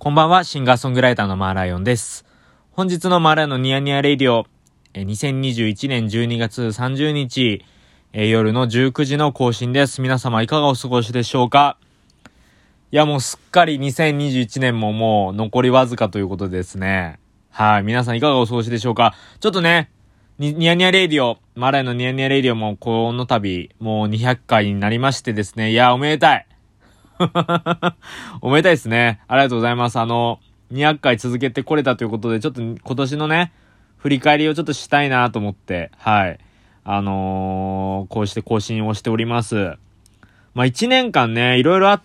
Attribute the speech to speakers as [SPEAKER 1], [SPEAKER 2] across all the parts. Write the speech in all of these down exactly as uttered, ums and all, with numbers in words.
[SPEAKER 1] こんばんは、シンガーソングライターのマーライオンです。本日のマーライオンのニヤニヤレイディオ、にせんにじゅういちねんじゅうにがつさんじゅうにち、夜のじゅうくじの更新です。皆様いかがお過ごしでしょうか？いやもうすっかりにせんにじゅういちねんももう残りわずかということでですね。はい、皆さんいかがお過ごしでしょうか？ちょっとね、ニヤニヤレイディオ、マーライオンのニヤニヤレイディオもこの度もうにひゃっかいになりましてですね。いや、おめでたい。おめでたいですね。ありがとうございます。あの、にひゃっかい続けてこれたということで、ちょっと今年のね、振り返りをちょっとしたいなと思って、はい。あのー、こうして更新をしております。まあ、いちねんかんね、いろいろあって、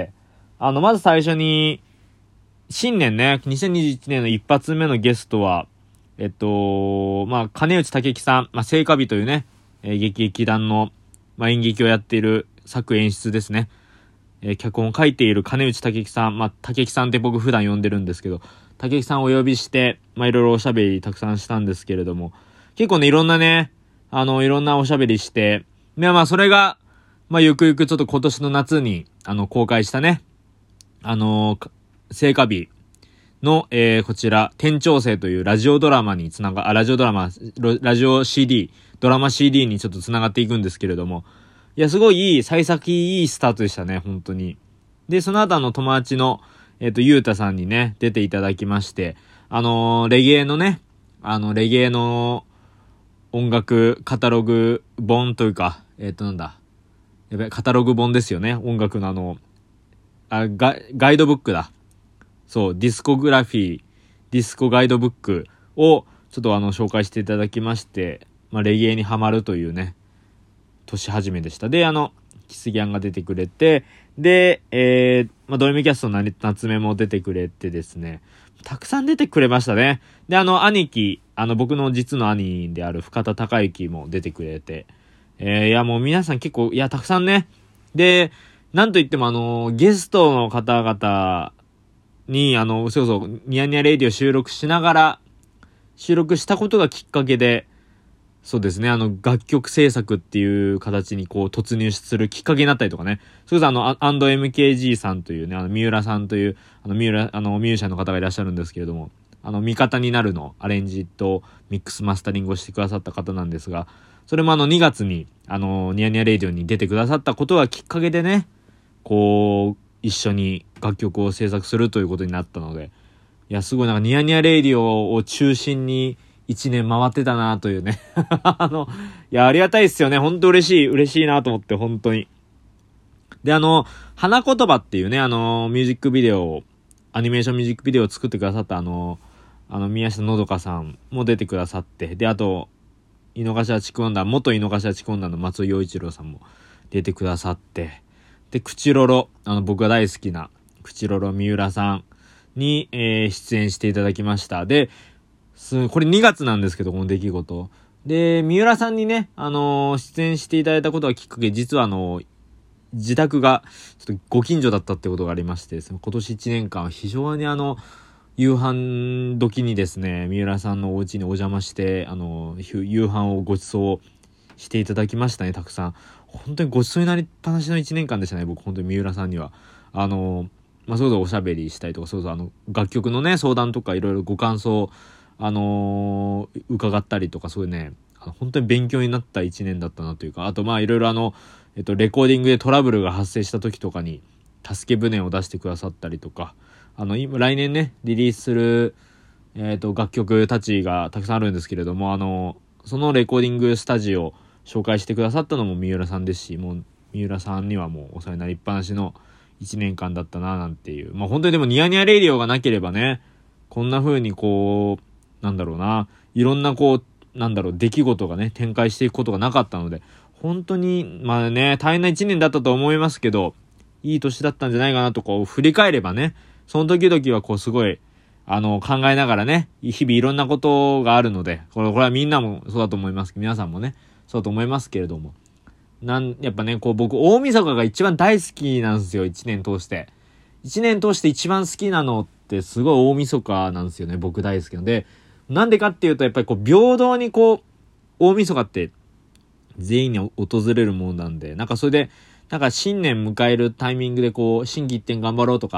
[SPEAKER 1] あの、まず最初に、新年ね、にせんにじゅういちねんの一発目のゲストは、えっと、まあ、金内武樹さん、まあ、聖火日というね、えー、劇劇団の、まあ、演劇をやっている作演出ですね。えー、脚本を書いている金内武樹さん、まあ、武樹さんって僕普段呼んでるんですけど、武樹さんをお呼びして、まあ、いろいろおしゃべりたくさんしたんですけれども、結構ね、いろんなね、あの、いろんなおしゃべりして、で、まあ、それが、まあ、ゆくゆくちょっと今年の夏に、あの、公開したね、あのー、聖火日の、えー、こちら、天長生というラジオドラマにつなが、あ、ラジオドラマ、ラジオ シーディー、ドラマ シーディー にちょっとつながっていくんですけれども、いや、すごいいい、幸先いいスタートでしたね、本当に。で、その後あの友達の、えっと、ゆうたさんにね、出ていただきまして、あのー、レゲエのね、あの、レゲエの音楽カタログ本というか、えっと、なんだ、やべ、カタログ本ですよね、音楽のあの、あ、ガ、ガイドブックだ。そう、ディスコグラフィー、ディスコガイドブックを、ちょっとあの、紹介していただきまして、まあ、レゲエにハマるというね、年始めでした。で、あの、キスギャンが出てくれて、で、えー、まあ、ドリームキャストの夏目も出てくれてですね、たくさん出てくれましたね。で、あの、兄貴、あの、僕の実の兄である深田孝之も出てくれて、えー、いや、もう皆さん結構、いや、たくさんね。で、なんといってもあの、ゲストの方々に、あの、そうそう、ニヤニヤレイディを収録しながら、収録したことがきっかけで、そうですね、あの、楽曲制作っていう形にこう突入するきっかけになったりとかね。それこそあの、アンドエムケージー さんというね、あの、三浦さんという、あの、三浦、あの、ミュージシャンの方がいらっしゃるんですけれども、あの、味方になるのアレンジとミックスマスタリングをしてくださった方なんですが、それもあの、にがつに、あの、ニヤニヤレイディオに出てくださったことがきっかけでね、こう、一緒に楽曲を制作するということになったので、いや、すごいなんかニヤニヤレイディオを中心に、一年回ってたなというね。あの、いや、ありがたいっすよね。ほんと嬉しい、嬉しいなと思って、本当に。で、あの、花言葉っていうね、あの、ミュージックビデオを、アニメーションミュージックビデオを作ってくださったあの、あの、宮下のどかさんも出てくださって、で、あと、井の頭地区音団、元井の頭地区音団の松尾陽一郎さんも出てくださって、で、口ロロ、あの、僕が大好きな、口ロロ三浦さんに、えー、出演していただきました。で、これにがつなんですけど、この出来事。で、三浦さんにね、あのー、出演していただいたことがきっかけ、実はあのー、自宅が、ちょっとご近所だったってことがありましてですね、今年いちねんかん非常にあの、夕飯時にですね、三浦さんのお家にお邪魔して、あのー、夕飯をご馳走していただきましたね、たくさん。本当にご馳走になりっぱなしのいちねんかんでしたね、僕、本当に三浦さんには。あのー、まあ、そうそうおしゃべりしたりとか、そうそうあの、楽曲のね、相談とかいろいろご感想、あのー、伺ったりとか、そういうね、本当に勉強になった一年だったなというか、あとまあいろいろあの、えっと、レコーディングでトラブルが発生した時とかに、助け舟を出してくださったりとか、あの、今、来年ね、リリースする、えっと、楽曲たちがたくさんあるんですけれども、あの、そのレコーディングスタジオを紹介してくださったのも三浦さんですし、もう、三浦さんにはもうお世話になりっぱなしの一年間だったな、なんていう。まあ本当にでもニヤニヤレイディオがなければね、こんな風にこう、なんだろうな、いろんなこう、なんだろう、出来事がね、展開していくことがなかったので、本当に、まあね、大変な一年だったと思いますけど、いい年だったんじゃないかなとこう、振り返ればね、その時々はこう、すごい、あの、考えながらね、日々いろんなことがあるので、これ、これはみんなもそうだと思います。皆さんもね、そうだと思いますけれども、なん、やっぱね、こう、僕、大晦日が一番大好きなんですよ、一年通して。一年通して一番好きなのってすごい大晦日なんですよね、僕大好きなので、なんでかっていうと、やっぱりこう、平等にこう、大晦日って全員に訪れるものなんで、なんかそれで、なんか新年迎えるタイミングでこう、心機一転頑張ろうとか、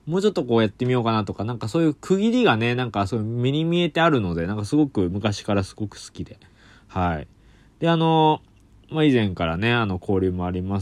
[SPEAKER 1] もうちょっとこうやってみようかなとか、なんかそういう区切りがね、なんかそういう目に見えてあるので、なんかすごく昔からすごく好きで。はい。で、あの、まあ、以前からね、あの、交流もあります、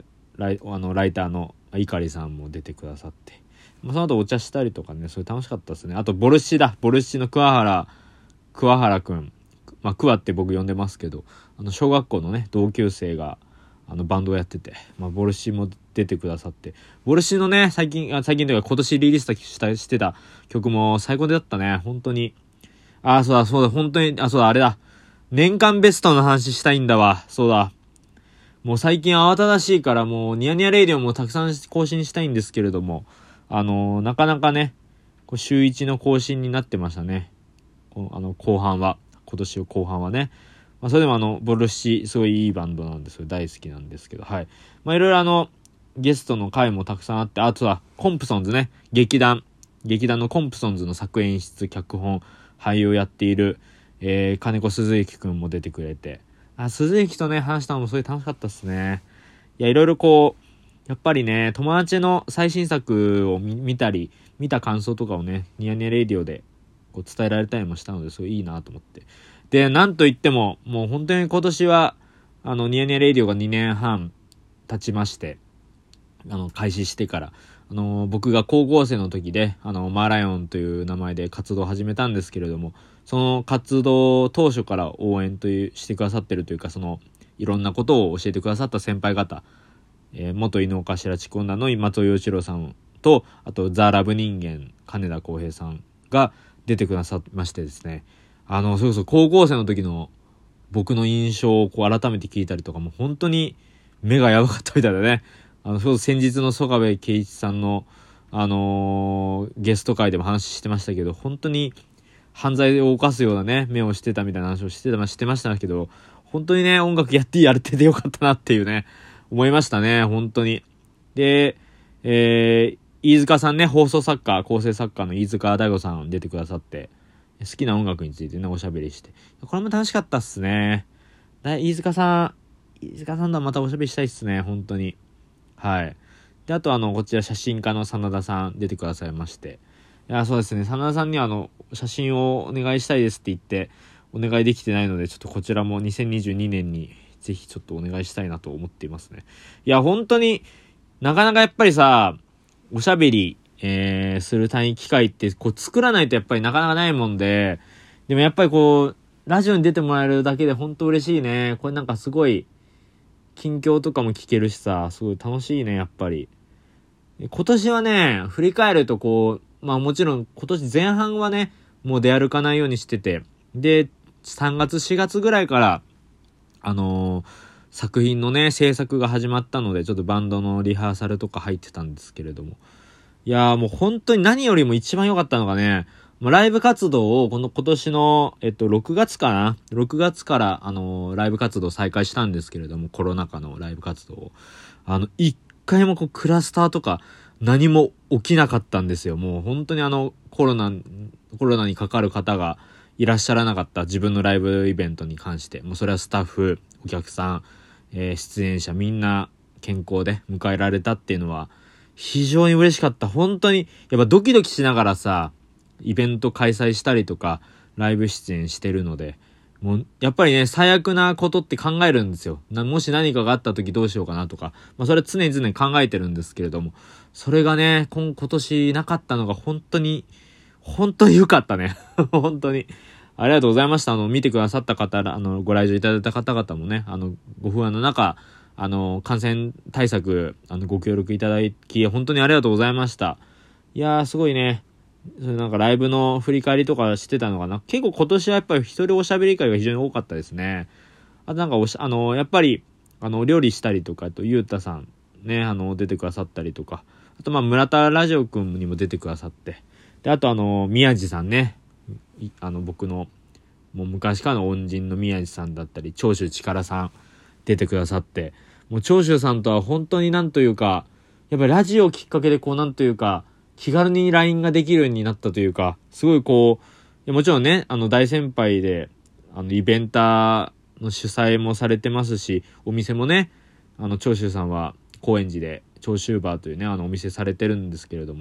[SPEAKER 1] ライ、あの、ライターのいかりさんも出てくださって。まあ、その後お茶したりとかね、それ楽しかったですね。あと、ボルシだ。ボルシの桑原、桑原くん。まあ、桑って僕呼んでますけど、あの、小学校のね、同級生が、あの、バンドをやってて、まあ、ボルシも出てくださって、ボルシのね、最近、あ最近というか今年リリースしたしてた曲も最高だったね。本当に。あ、そうだ、そうだ、本当に、あ、そうだ、あれだ。年間ベストの話したいんだわ。そうだ。もう最近慌ただしいからもうニヤニヤレイディオもたくさん更新したいんですけれども、あのー、なかなかね、こう週一の更新になってましたね。こあの、後半は。今年後半はね。まあ、それでもあの、ボルシ、すごいいいバンドなんですよ。大好きなんですけど、はい。まあ、いろいろあの、ゲストの回もたくさんあって、あとは、コンプソンズね、劇団、劇団のコンプソンズの作演出、脚本、俳優をやっている、えー、金子鈴之くんも出てくれて、あ、鈴之とね、話したのもすごい楽しかったっすね。いや、いろいろこう、やっぱりね、友達の最新作を 見, 見たり、見た感想とかをね、ニヤニヤレイディオでこう伝えられたりもしたので、すごいいいなと思って。で、なんといっても、もう本当に今年は、あの、ニヤニヤレイディオがにねんはん経ちまして、あの、開始してから、あの、僕が高校生の時で、あの、マーライオンという名前で活動を始めたんですけれども、その活動当初から応援という、してくださってるというか、その、いろんなことを教えてくださった先輩方、えー、元井の頭チコンダの松尾陽一郎さんと、あと、ザ・ラブ人間、金田光平さんが出てくださいましてですね、あの、それこそ高校生の時の僕の印象をこう改めて聞いたりとか、もう本当に目がやばかったみたいだね。あの、そう先日の曽我部圭一さんの、あのー、ゲスト会でも話してましたけど、本当に犯罪を犯すようなね、目をしてたみたいな話をしてた、してましたけど、本当にね、音楽やってやれててよかったなっていうね、思いましたね、本当に。で、えー、飯塚さんね、放送作家、構成作家の飯塚大吾さん出てくださって、好きな音楽についてね、おしゃべりして。これも楽しかったっすね。飯塚さん、飯塚さんとはまたおしゃべりしたいっすね、本当に。はい。で、あとあの、こちら写真家の真田さん出てくださいまして。いや、そうですね、真田さんにはあの、写真をお願いしたいですって言って、お願いできてないので、ちょっとこちらもにせんにじゅうにねんにぜひちょっとお願いしたいなと思っていますね。いや、本当になかなかやっぱりさ、おしゃべり、えー、する単位機会ってこう作らないとやっぱりなかなかないもんで、でもやっぱりこう、ラジオに出てもらえるだけで本当嬉しいね。これなんかすごい、近況とかも聞けるしさ、すごい楽しいね、やっぱり。今年はね、振り返るとこう、まあもちろん今年前半はね、もう出歩かないようにしてて、で、さんがつしがつぐらいから、あのー、作品のね、制作が始まったので、ちょっとバンドのリハーサルとか入ってたんですけれども。いやーもう本当に何よりも一番良かったのがね、ライブ活動をこの今年の、えっと、ろくがつかな ?ろく 月から、あのー、ライブ活動再開したんですけれども、コロナ禍のライブ活動を。あの、一回もこう、クラスターとか何も起きなかったんですよ。もう本当にあの、コロナ、コロナにかかる方がいらっしゃらなかった自分のライブイベントに関して、もうそれはスタッフ、お客さん、えー、出演者みんな健康で迎えられたっていうのは、非常に嬉しかった。本当に、やっぱドキドキしながらさ、イベント開催したりとか、ライブ出演してるので、もう、やっぱりね、最悪なことって考えるんですよ。な、もし何かがあった時どうしようかなとか、まあそれは常々考えてるんですけれども、それがね、今、今年なかったのが本当に、本当に良かったね。本当に。ありがとうございました。あの、見てくださった方、あの、ご来場いただいた方々もね、あの、ご不安の中、あの、感染対策、あの、ご協力いただき、本当にありがとうございました。いやー、すごいね。それなんかライブの振り返りとかしてたのかな。結構今年はやっぱり一人おしゃべり会が非常に多かったですね。あとなんかおし、あの、やっぱり、あの、料理したりとか、あと、ゆうたさん、ね、あの、出てくださったりとか、あと、まあ、村田ラジオくんにも出てくださって、で、あと、あの、宮地さんね、あの、僕の、もう昔からの恩人の宮地さんだったり、長州力さん、出てくださって、もう長州さんとは本当になんというか、やっぱりラジオきっかけでこうなんというか、気軽に ライン ができるようになったというか、すごいこう、もちろんね、あの大先輩で、あのイベンターの主催もされてますし、お店もね、あの長州さんは高円寺で長州バーというね、あのお店されてるんですけれども、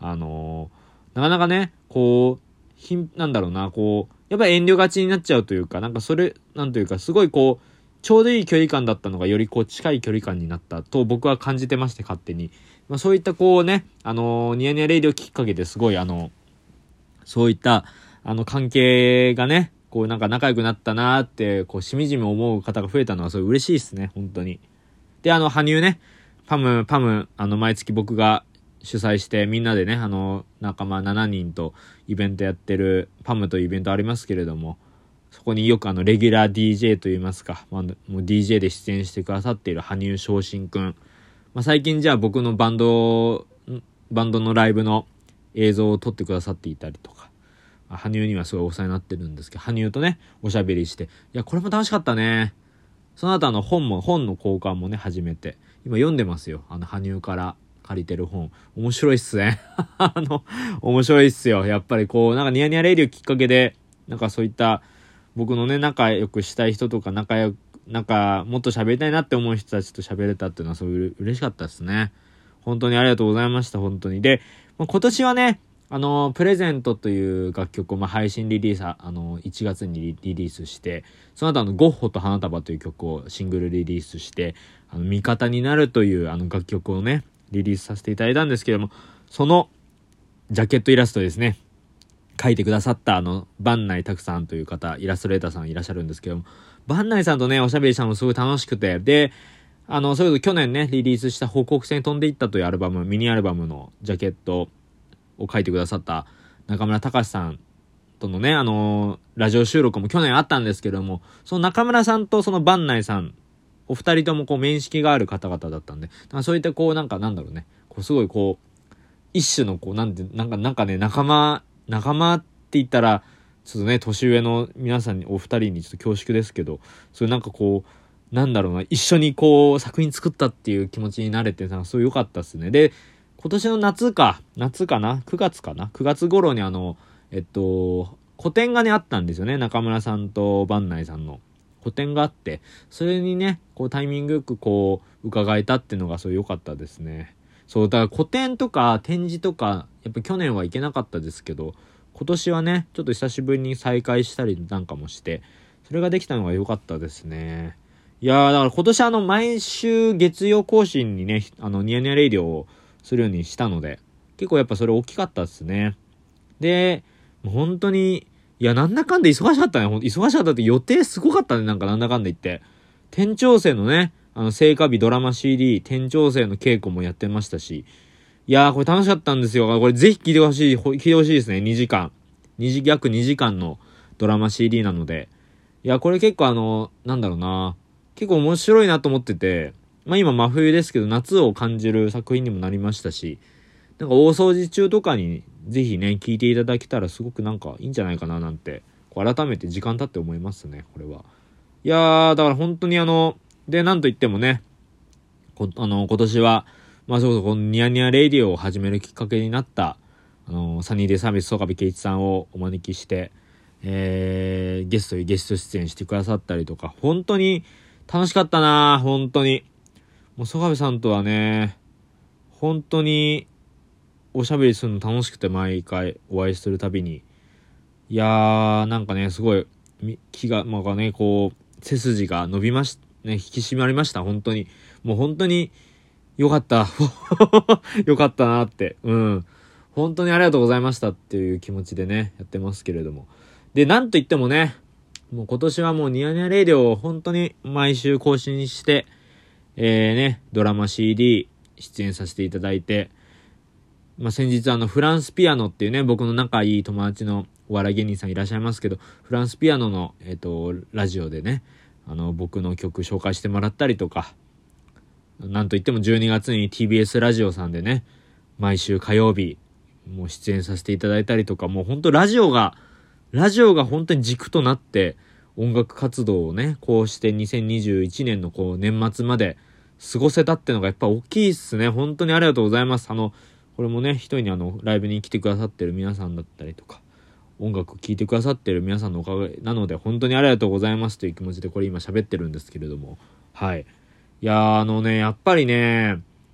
[SPEAKER 1] あのー、なかなかね、こう、ひん、なんだろうな、こう、やっぱり遠慮がちになっちゃうというか、なんかそれ、なんというか、すごいこう、ちょうどいい距離感だったのがよりこう近い距離感になったと僕は感じてまして、勝手に。まあそういったこうね、あのー、ニヤニヤレイディオきっかけですごいあの、そういった、あの関係がね、こうなんか仲良くなったなーって、こうしみじみ思う方が増えたのはすごい嬉しいですね、本当に。で、あの、羽生ね、パム、パム、あの、毎月僕が主催して、みんなでね、あの、仲間しちにんとイベントやってる、パムというイベントありますけれども、そこによくあの、レギュラー ディージェー といいますか、まあ、もう ディージェー で出演してくださっている羽生昇進くん。まあ、最近じゃあ僕のバンド、バンドのライブの映像を撮ってくださっていたりとか、羽生にはすごいお世話になってるんですけど、羽生とね、おしゃべりして、いや、これも楽しかったね。その後あの本も、本の交換もね、始めて、今読んでますよ。あの、羽生から借りてる本。面白いっすね。あの、面白いっすよ。やっぱりこう、なんかニヤニヤレイディオきっかけで、なんかそういった、僕のね、仲良くしたい人とか、仲良く、なんか、もっと喋りたいなって思う人たちと喋れたっていうのは、そういう嬉しかったですね。本当にありがとうございました、本当に。で、今年はね、あの、プレゼントという楽曲を、まあ、配信リリース、あの、いちがつにリリースして、その後あの、ゴッホと花束という曲をシングルリリースして、あの、味方になるというあの楽曲をね、リリースさせていただいたんですけども、その、ジャケットイラストですね、描いてくださったあの、番内拓さんという方、イラストレーターさんいらっしゃるんですけども、番内さんとね、おしゃべりしたのもすごい楽しくて、で、あの、それこそ去年ね、リリースした報告戦飛んでいったというアルバム、ミニアルバムのジャケットを書いてくださった中村隆さんとのね、あのー、ラジオ収録も去年あったんですけども、その中村さんとその番内さん、お二人ともこう面識がある方々だったんで、そういったこうなんかなんだろうね、こうすごいこう、一種のこうなんて、なんかなんかね、仲間、仲間って言ったら、ちょっとね、年上の皆さんに、お二人にちょっと恐縮ですけど、そういうなんかこう、なんだろうな、一緒にこう作品作ったっていう気持ちになれて、なんかそう良かったっすね。で、今年の夏か、夏かな ?くがつかな ?く 月頃にあの、えっと、個展がね、あったんですよね。中村さんと番内さんの個展があって、それにね、こうタイミングよくこう、伺えたっていうのがそう良かったですね。そう、だから個展とか展示とか、やっぱ去年は行けなかったですけど、今年はね、ちょっと久しぶりに再会したりなんかもして、それができたのが良かったですね。いやー、だから今年あの、毎週月曜更新にね、あの、ニヤニヤレイディオをするようにしたので、結構やっぱそれ大きかったですね。で、もう本当に、いや、なんだかんだ忙しかったね。忙しかったって予定すごかったね。なんかなんだかんだ言って。店長生のね、あの、聖火日ドラマ シーディー、店長生の稽古もやってましたし、いやー、これ楽しかったんですよ。これぜひ聞いてほしい、聞いてほしいですね。にじかん。にじ、約にじかんのドラマ シーディー なので。いや、これ結構あの、なんだろうな。結構面白いなと思ってて、まあ今真冬ですけど夏を感じる作品にもなりましたし、なんか大掃除中とかにぜひね、聞いていただけたらすごくなんかいいんじゃないかななんて、こう改めて時間経って思いますね、これは。いやー、だから本当にあの、で、なんといってもね、こあの、今年は、まあそうそう、このニヤニヤレイディオを始めるきっかけになった、あの、サニーデイサービス曽我部圭一さんをお招きして、えー、ゲストにゲスト出演してくださったりとか、本当に楽しかったなー、本当に。もう曽我部さんとはね、本当におしゃべりするの楽しくて毎回お会いするたびに。いやー、なんかね、すごい、気が、まあね、こう、背筋が伸びまし、ね、引き締まりました、本当に。もう本当に、よかった。よかったなって。うん。本当にありがとうございましたっていう気持ちでね、やってますけれども。で、なんといってもね、もう今年はもうニヤニヤレイディオを本当に毎週更新して、えーね、ドラマ シーディー 出演させていただいて、まあ、先日あのフランスピアノっていうね、僕の仲いい友達のお笑い芸人さんいらっしゃいますけど、フランスピアノの、えっと、ラジオでね、あの、僕の曲紹介してもらったりとか、なんといってもじゅうにがつに ティービーエス ラジオさんでね、毎週火曜日、もう出演させていただいたりとか、もう本当ラジオが、ラジオが本当に軸となって音楽活動をね、こうしてにせんにじゅういちねんのこう年末まで過ごせたってのがやっぱ大きいっすね。本当にありがとうございます。あの、これもね、一人にあの、ライブに来てくださってる皆さんだったりとか、音楽聴いてくださってる皆さんのおかげなので、本当にありがとうございますという気持ちでこれ今喋ってるんですけれども、はい。いやー、あのね、やっぱりね、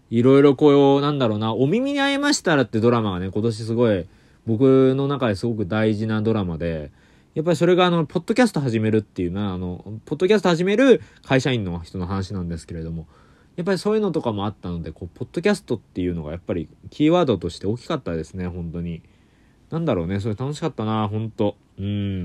[SPEAKER 1] いろいろこう、なんだろうな、お耳に合いましたらってドラマがね、今年すごい、僕の中ですごく大事なドラマで、やっぱりそれがあの、ポッドキャスト始めるっていうな、あの、ポッドキャスト始める会社員の人の話なんですけれども、やっぱりそういうのとかもあったので、こう、ポッドキャストっていうのがやっぱりキーワードとして大きかったですね、本当に。なんだろうね、それ楽しかったな、本当うん。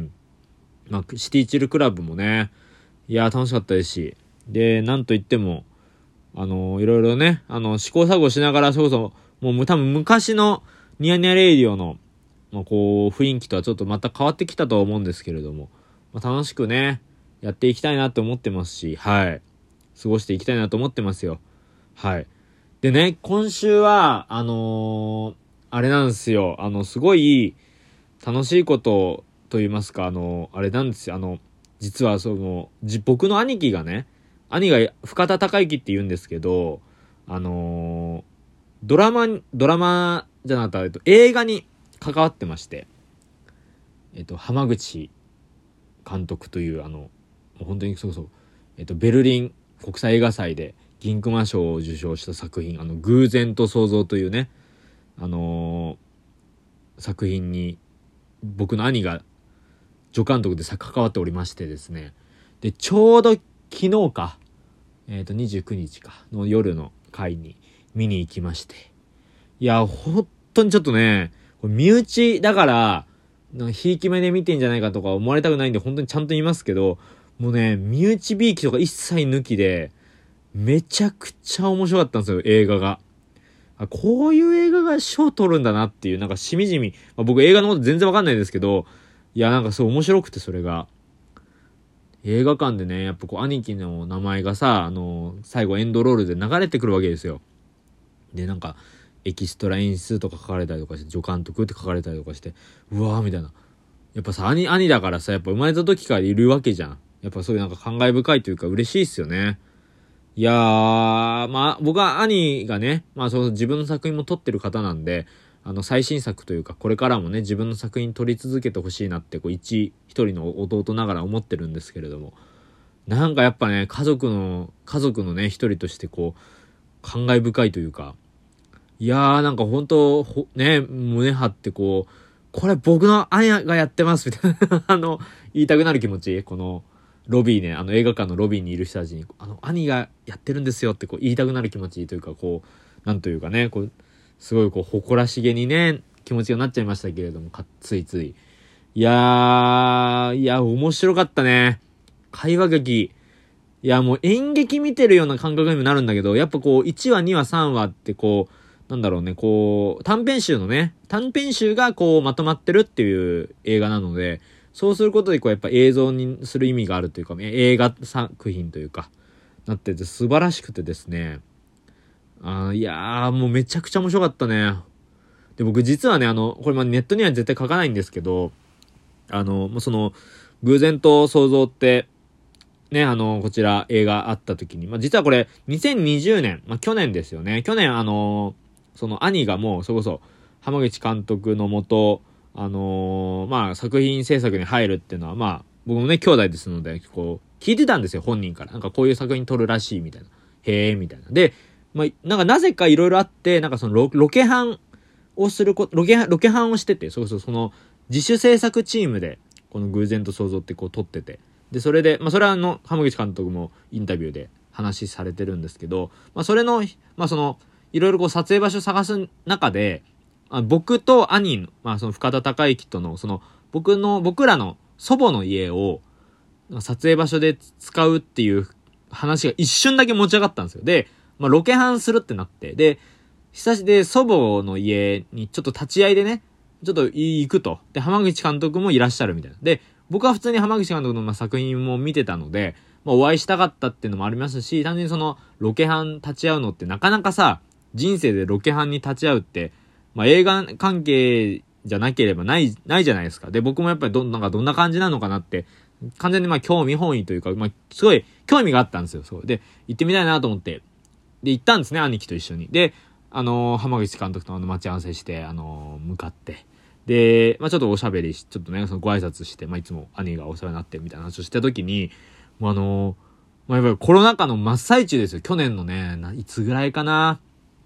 [SPEAKER 1] まあ、シティチルクラブもね、いや、楽しかったですし、で、なんといっても、あの、いろいろね、あの、試行錯誤しながら、それこそ、もう多分昔のニヤニヤレイディオの、まあ、こう、雰囲気とはちょっとまた変わってきたとは思うんですけれども、まあ、楽しくね、やっていきたいなと思ってますし、はい。過ごしていきたいなと思ってますよ。はい。でね、今週は、あのー、あれなんですよ。あの、すごい、楽しいことと言いますか、あの、あれなんですよ。あの、実はその、じ、僕の兄貴がね、兄が深田孝之って言うんですけど、あのー、ドラマ、ドラマじゃなかった、えっと、映画に関わってまして、えっと、浜口監督という、あの、もう本当にそうそう、えっと、ベルリン国際映画祭で銀熊賞を受賞した作品、あの、偶然と想像というね、あのー、作品に、僕の兄が助監督でさ関わっておりましてですね。で、ちょうど昨日か、えっと、にじゅうくにちかの夜の回に見に行きまして。いや、本当にちょっとね、身内だから、ひいき目で見てんじゃないかとか思われたくないんで、本当にちゃんと言いますけど、もうね、身内びいきとか一切抜きで、めちゃくちゃ面白かったんですよ、映画が。あ、こういう映画が賞取るんだなっていう、なんかしみじみ、まあ、僕映画のこと全然わかんないですけど、いや、なんかそう面白くて、それが。映画館でね、やっぱこう、兄貴の名前がさ、あの、最後エンドロールで流れてくるわけですよ。で、なんか、エキストラ演出とか書かれたりとかして、助監督って書かれたりとかして、うわーみたいな。やっぱさ、兄、兄だからさ、やっぱ生まれた時からいるわけじゃん。やっぱそういうなんか感慨深いというか嬉しいっすよね。いやー、まあ、僕は兄がね、まあその自分の作品も撮ってる方なんで、あの最新作というか、これからもね、自分の作品撮り続けてほしいなって、こう一、一人の弟ながら思ってるんですけれども、なんかやっぱね、家族の、家族のね、一人としてこう、感慨深いというか、いやーなんか本当ほね、胸張ってこう、これ僕の兄がやってますみたいな、あの、言いたくなる気持ち、この、ロビーね、あの映画館のロビーにいる人たちに、あの、兄がやってるんですよってこう言いたくなる気持ちというか、こう、なんというかね、こう、すごいこう、誇らしげにね、気持ちがなっちゃいましたけれども、かついつい。いやー、いや、面白かったね。会話劇。いや、もう演劇見てるような感覚にもなるんだけど、やっぱこう、いちわ、にわ、さんわってこう、なんだろうね、こう、短編集のね、短編集がこう、まとまってるっていう映画なので、そうすることでこうやっぱ映像にする意味があるというか、映画作品というか、なってて素晴らしくてですね。あーいやーもうめちゃくちゃ面白かったね。で、僕実はね、あの、これまネットには絶対書かないんですけど、あの、もうその、偶然と想像って、ね、あの、こちら映画あった時に、まあ、実はこれにせんにじゅうねん、まあ、去年ですよね。去年あの、その兄がもうそれこそ浜口監督のもと、あのー、まあ、作品制作に入るっていうのは、まあ、僕もね、兄弟ですので、こう、聞いてたんですよ、本人から。なんかこういう作品撮るらしい、みたいな。へー、みたいな。で、まあ、なんかなぜかいろいろあって、なんかそのロ、ロケハンをするこ、ロケハン、ロケハンをしてて、そうそう、その、自主制作チームで、この偶然と想像ってこう撮ってて。で、それで、まあ、それはあの、浜口監督もインタビューで話されてるんですけど、まあ、それの、まあ、その、いろいろこう撮影場所探す中で、あ僕と兄の、まあその深田孝之との、その、僕の、僕らの祖母の家を、撮影場所で使うっていう話が一瞬だけ持ち上がったんですよ。で、まあロケハンするってなって、で、久しで祖母の家にちょっと立ち会いでね、ちょっと行くと。で、浜口監督もいらっしゃるみたいな。で、僕は普通に浜口監督のまあ作品も見てたので、まあお会いしたかったっていうのもありますし、単純にその、ロケハン立ち会うのってなかなかさ、人生でロケハンに立ち会うって、まあ映画関係じゃなければない、ないじゃないですか。で、僕もやっぱりどん、なんかどんな感じなのかなって、完全にまあ興味本位というか、まあすごい興味があったんですよ。そう。で、行ってみたいなと思って。で、行ったんですね、兄貴と一緒に。で、あのー、浜口監督とあの待ち合わせして、あのー、向かって。で、まあちょっとおしゃべりし、ちょっとね、そのご挨拶して、まあいつも兄がお世話になってみたいな話をした時に、もうあのー、まあやっぱりコロナ禍の真っ最中ですよ。去年のね、いつぐらいかな。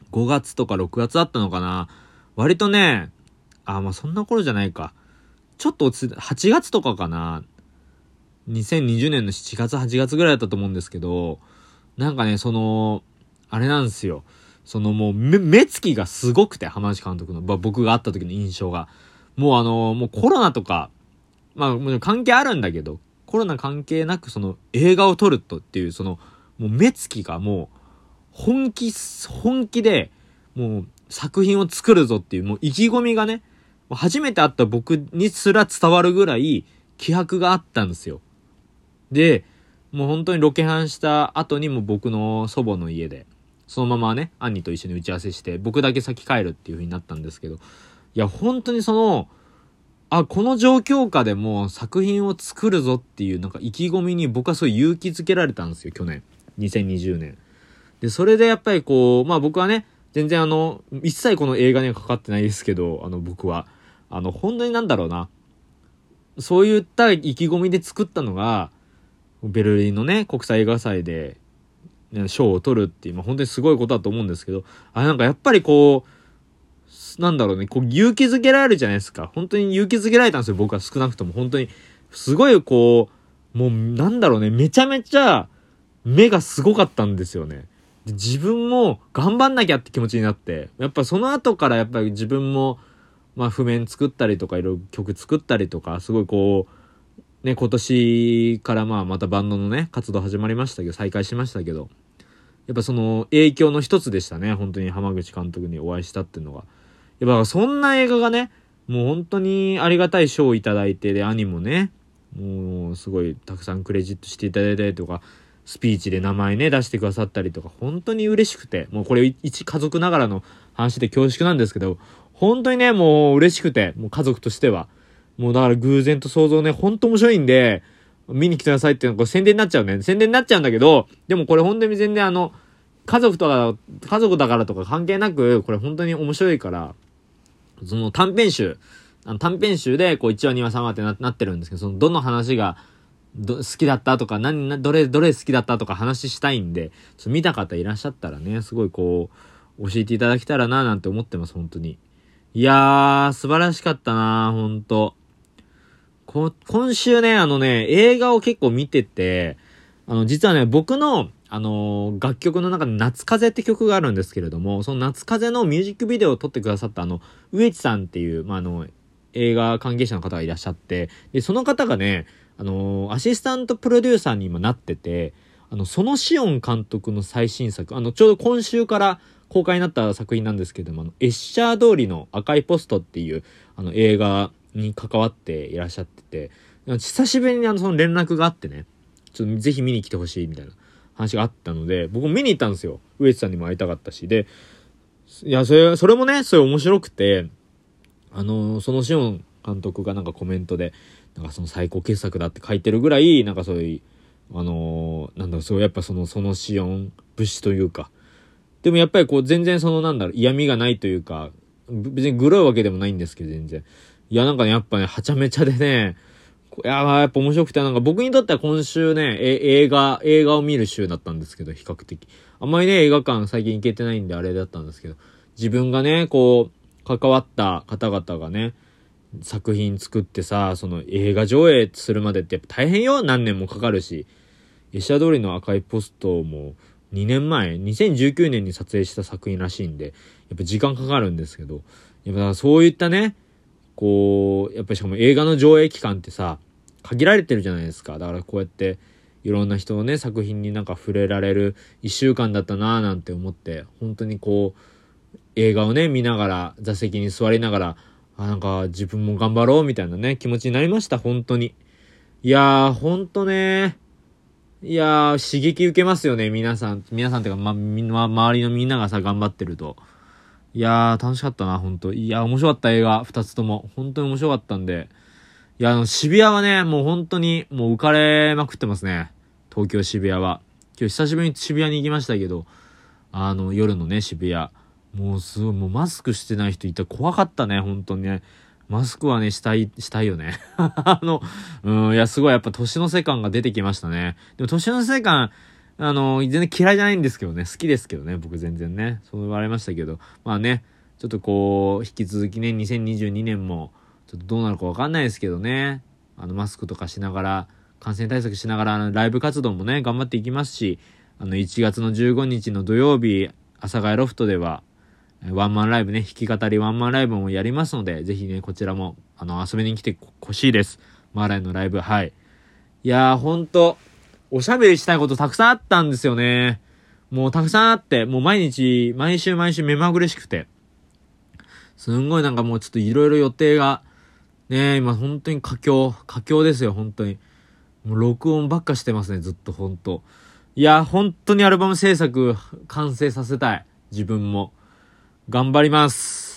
[SPEAKER 1] ごがつとかろくがつだったのかな。割とね、あ、まあそんな頃じゃないか。ちょっと落ちはちがつとかかな。にせんにじゅうねんのしちがつはちがつぐらいだったと思うんですけど、なんかね、その、あれなんですよ。そのもう目、目つきがすごくて、浜口監督の、まあ、僕が会った時の印象が。もうあの、もうコロナとか、まあもちろん関係あるんだけど、コロナ関係なくその映画を撮るとっていう、その、もう目つきがもう、本気、本気で、もう作品を作るぞっていう、もう意気込みがね、初めて会った僕にすら伝わるぐらい気迫があったんですよ。で、もう本当にロケハンした後にも僕の祖母の家で、そのままね、兄と一緒に打ち合わせして、僕だけ先帰るっていう風になったんですけど、いや、本当にその、あ、この状況下でも作品を作るぞっていうなんか意気込みに僕はそう勇気づけられたんですよ、去年。にせんにじゅうねん。で、それでやっぱりこう、まあ僕はね、全然あの、一切この映画にはかかってないですけど、あの僕は。あの、本当になんだろうな。そういった意気込みで作ったのが、ベルリンのね、国際映画祭で、ね、賞を取るっていう、まあ本当にすごいことだと思うんですけど、あ、なんかやっぱりこう、なんだろうね、こう勇気づけられるじゃないですか。本当に勇気づけられたんですよ、僕は少なくとも。本当に、すごいこう、もうなんだろうね、めちゃめちゃ目がすごかったんですよね。で自分も頑張んなきゃって気持ちになって、やっぱその後からやっぱり自分も、まあ譜面作ったりとかいろいろ曲作ったりとか、すごいこう、ね、今年からまあまたバンドのね、活動始まりましたけど、再開しましたけど、やっぱその影響の一つでしたね、本当に浜口監督にお会いしたっていうのが。やっぱそんな映画がね、もう本当にありがたい賞をいただいて、で、兄もね、もうすごいたくさんクレジットしていただいたりとか、スピーチで名前ね、出してくださったりとか、本当に嬉しくて、もうこれ一家族ながらの話で恐縮なんですけど、本当にね、もう嬉しくて、もう家族としては。もうだから偶然と想像ね、本当面白いんで、見に来てくださいっていうのはこれ宣伝になっちゃうね。宣伝になっちゃうんだけど、でもこれ本当に全然あの、家族とか、家族だからとか関係なく、これ本当に面白いから、その短編集、あの短編集でこういちわにわさんわってな、なってるんですけど、そのどの話がど好きだったとか、何、などれ、どれ好きだったとか話したいんで、ちょっと見た方いらっしゃったらね、すごいこう、教えていただけたらななんて思ってます、本当に。いやー、素晴らしかったなほんと。こ、今週ね、あのね、映画を結構見てて、あの、実はね、僕の、あのー、楽曲の中で夏風って曲があるんですけれども、その夏風のミュージックビデオを撮ってくださったあの、植地さんっていう、まあ、あの、映画関係者の方がいらっしゃって、で、その方がね、あのー、アシスタントプロデューサーに今なってて、あの、そのシオン監督の最新作、あの、ちょうど今週から公開になった作品なんですけども、あの、エッシャー通りの赤いポストっていう、あの、映画に関わっていらっしゃってて、久しぶりにあの、その連絡があってね、ちょっとぜひ見に来てほしいみたいな話があったので、僕も見に行ったんですよ。植地さんにも会いたかったし。で、いや、それ、それもね、それ面白くて、あの、そのシオン監督がなんかコメントで、なんかその最高傑作だって書いてるぐらい、なんかそういう、あのー、なんだろう、そうやっぱその、そのシオン節というか、でもやっぱりこう全然そのなんだろう、嫌味がないというか、別にグロいわけでもないんですけど、全然。いや、なんかね、やっぱね、はちゃめちゃでね、いやー、やっぱ面白くて、なんか僕にとっては今週ね、え、映画、映画を見る週だったんですけど、比較的。あんまりね、映画館最近行けてないんであれだったんですけど、自分がね、こう、関わった方々がね、作品作ってさ、その映画上映するまでってやっぱ大変よ、何年もかかるし。エッシャー通りの赤いポストもにねんまえ、にせんじゅうきゅうねんに撮影した作品らしいんで、やっぱ時間かかるんですけど、やっぱそういったね、こう、やっぱりしかも映画の上映期間ってさ、限られてるじゃないですか。だからこうやっていろんな人のね、作品になんか触れられるいっしゅうかんだったなぁなんて思って、本当にこう、映画をね、見ながら、座席に座りながら、あ、なんか自分も頑張ろうみたいなね、気持ちになりました、本当に。いやー、ほんとね、いやー、刺激受けますよね、皆さん。皆さんっていうか、ま、みんな、周りのみんながさ、頑張ってると。いやー、楽しかったな、ほんと。いやー、面白かった映画、二つとも。本当に面白かったんで。いや、あの、渋谷はね、もう本当に、もう浮かれまくってますね。東京渋谷は。今日久しぶりに渋谷に行きましたけど、あの、夜のね、渋谷。もうすごい、もうマスクしてない人いたら怖かったね、本当にね。マスクはね、したい、したいよね。あの、うん、いや、すごいやっぱ年の瀬感が出てきましたね。でも年の瀬感、 あの、全然嫌いじゃないんですけどね、好きですけどね、僕全然ね、そう言われましたけど、まあね、ちょっとこう、引き続きね、にせんにじゅうにねんも、ちょっとどうなるかわかんないですけどね、あの、マスクとかしながら、感染対策しながら、あの、ライブ活動もね、頑張っていきますし、あの、いちがつのじゅうごにちの土曜日、阿佐ヶ谷ロフトでは、ワンマンライブね、弾き語りワンマンライブもやりますので、ぜひね、こちらも、あの、遊びに来てほしいです。マーライのライブ、はい。いやー、ほんと、おしゃべりしたいことたくさんあったんですよね。もうたくさんあって、もう毎日、毎週毎週目まぐるしくて。すんごいなんかもうちょっといろいろ予定が、ね、今本当に佳境、佳境ですよ、本当に。もう録音ばっかしてますね、ずっと本当。いや、本当にアルバム制作完成させたい。自分も。頑張ります。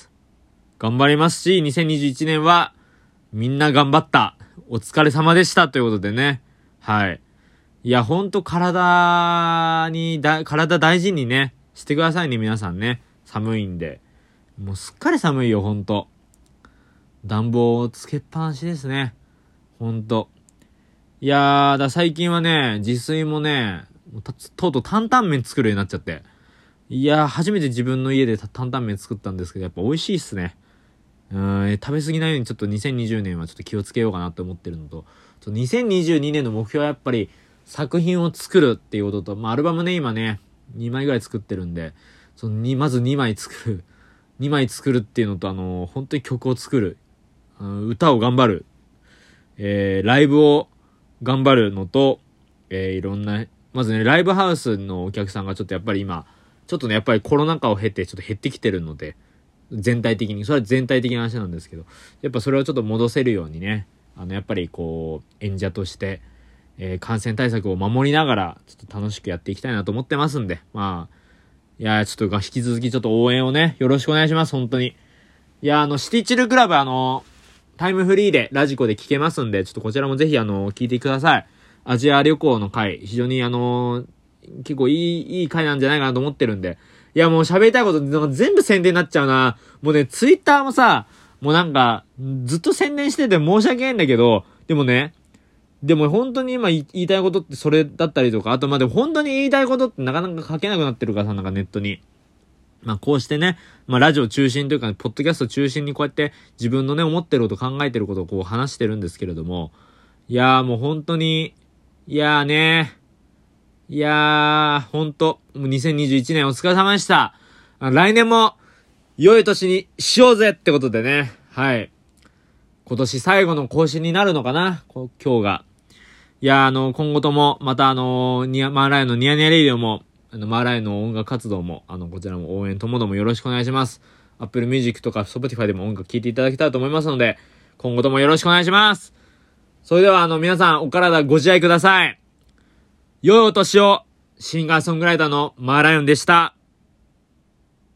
[SPEAKER 1] 頑張りますし、にせんにじゅういちねんは、みんな頑張った。お疲れ様でしたということでね。はい。いや、ほんと体にだ、体大事にね、してくださいね、皆さんね。寒いんで。もうすっかり寒いよ、ほんと。暖房をつけっぱなしですね。ほんと。いやー、だ最近はね、自炊もね、とうとう担々麺作るようになっちゃって。いやー、初めて自分の家で担々麺作ったんですけど、やっぱ美味しいっすね。うーん、食べ過ぎないようにちょっとにせんにじゅうねんはちょっと気をつけようかなって思ってるのと、にせんにじゅうにねんの目標はやっぱり作品を作るっていうことと、まあアルバムね、今ね、にまいぐらい作ってるんで、そのに、まずにまい作る。にまい作るっていうのと、あのー、本当に曲を作る。歌を頑張る。えー、ライブを頑張るのと、えー、いろんな、まずね、ライブハウスのお客さんがちょっとやっぱり今、ちょっとね、やっぱりコロナ禍を経てちょっと減ってきてるので、全体的に、それは全体的な話なんですけど、やっぱそれをちょっと戻せるようにね、あの、やっぱりこう、演者として、えー、感染対策を守りながら、ちょっと楽しくやっていきたいなと思ってますんで、まあ、いやー、ちょっと引き続きちょっと応援をね、よろしくお願いします、本当に。いやー、あの、シティチルクラブ、あの、タイムフリーで、ラジコで聞けますんで、ちょっとこちらもぜひ、あの、聞いてください。アジア旅行の回、非常にあの、結構いい、いい回なんじゃないかなと思ってるんで、いや、もう喋りたいこと、なんか全部宣伝になっちゃうな。もうね、ツイッターもさ、もうなんか、ずっと宣伝してて申し訳ないんだけど、でもね、でも本当に今言いたいことってそれだったりとか、あとまあでも本当に言いたいことってなかなか書けなくなってるからさ、なんかネットに。まあこうしてね、まあラジオ中心というか、ね、ポッドキャスト中心にこうやって自分のね、思ってること考えてることをこう話してるんですけれども、いやーもう本当に、いやーねー、いやー、ほんと、もうにせんにじゅういちねんお疲れ様でした。来年も、良い年にしようぜってことでね。はい。今年最後の更新になるのかな今日が。いや、あの、今後とも、またあの、ニア、マーライのニヤニヤレイディオも、あの、マーライの音楽活動も、あの、こちらも応援ともどもよろしくお願いします。Apple Music とか Spotify でも音楽聴いていただきたいと思いますので、今後ともよろしくお願いします。それではあの、皆さん、お体ご自愛ください。良いお年を、シンガーソングライターのマーライオンでした。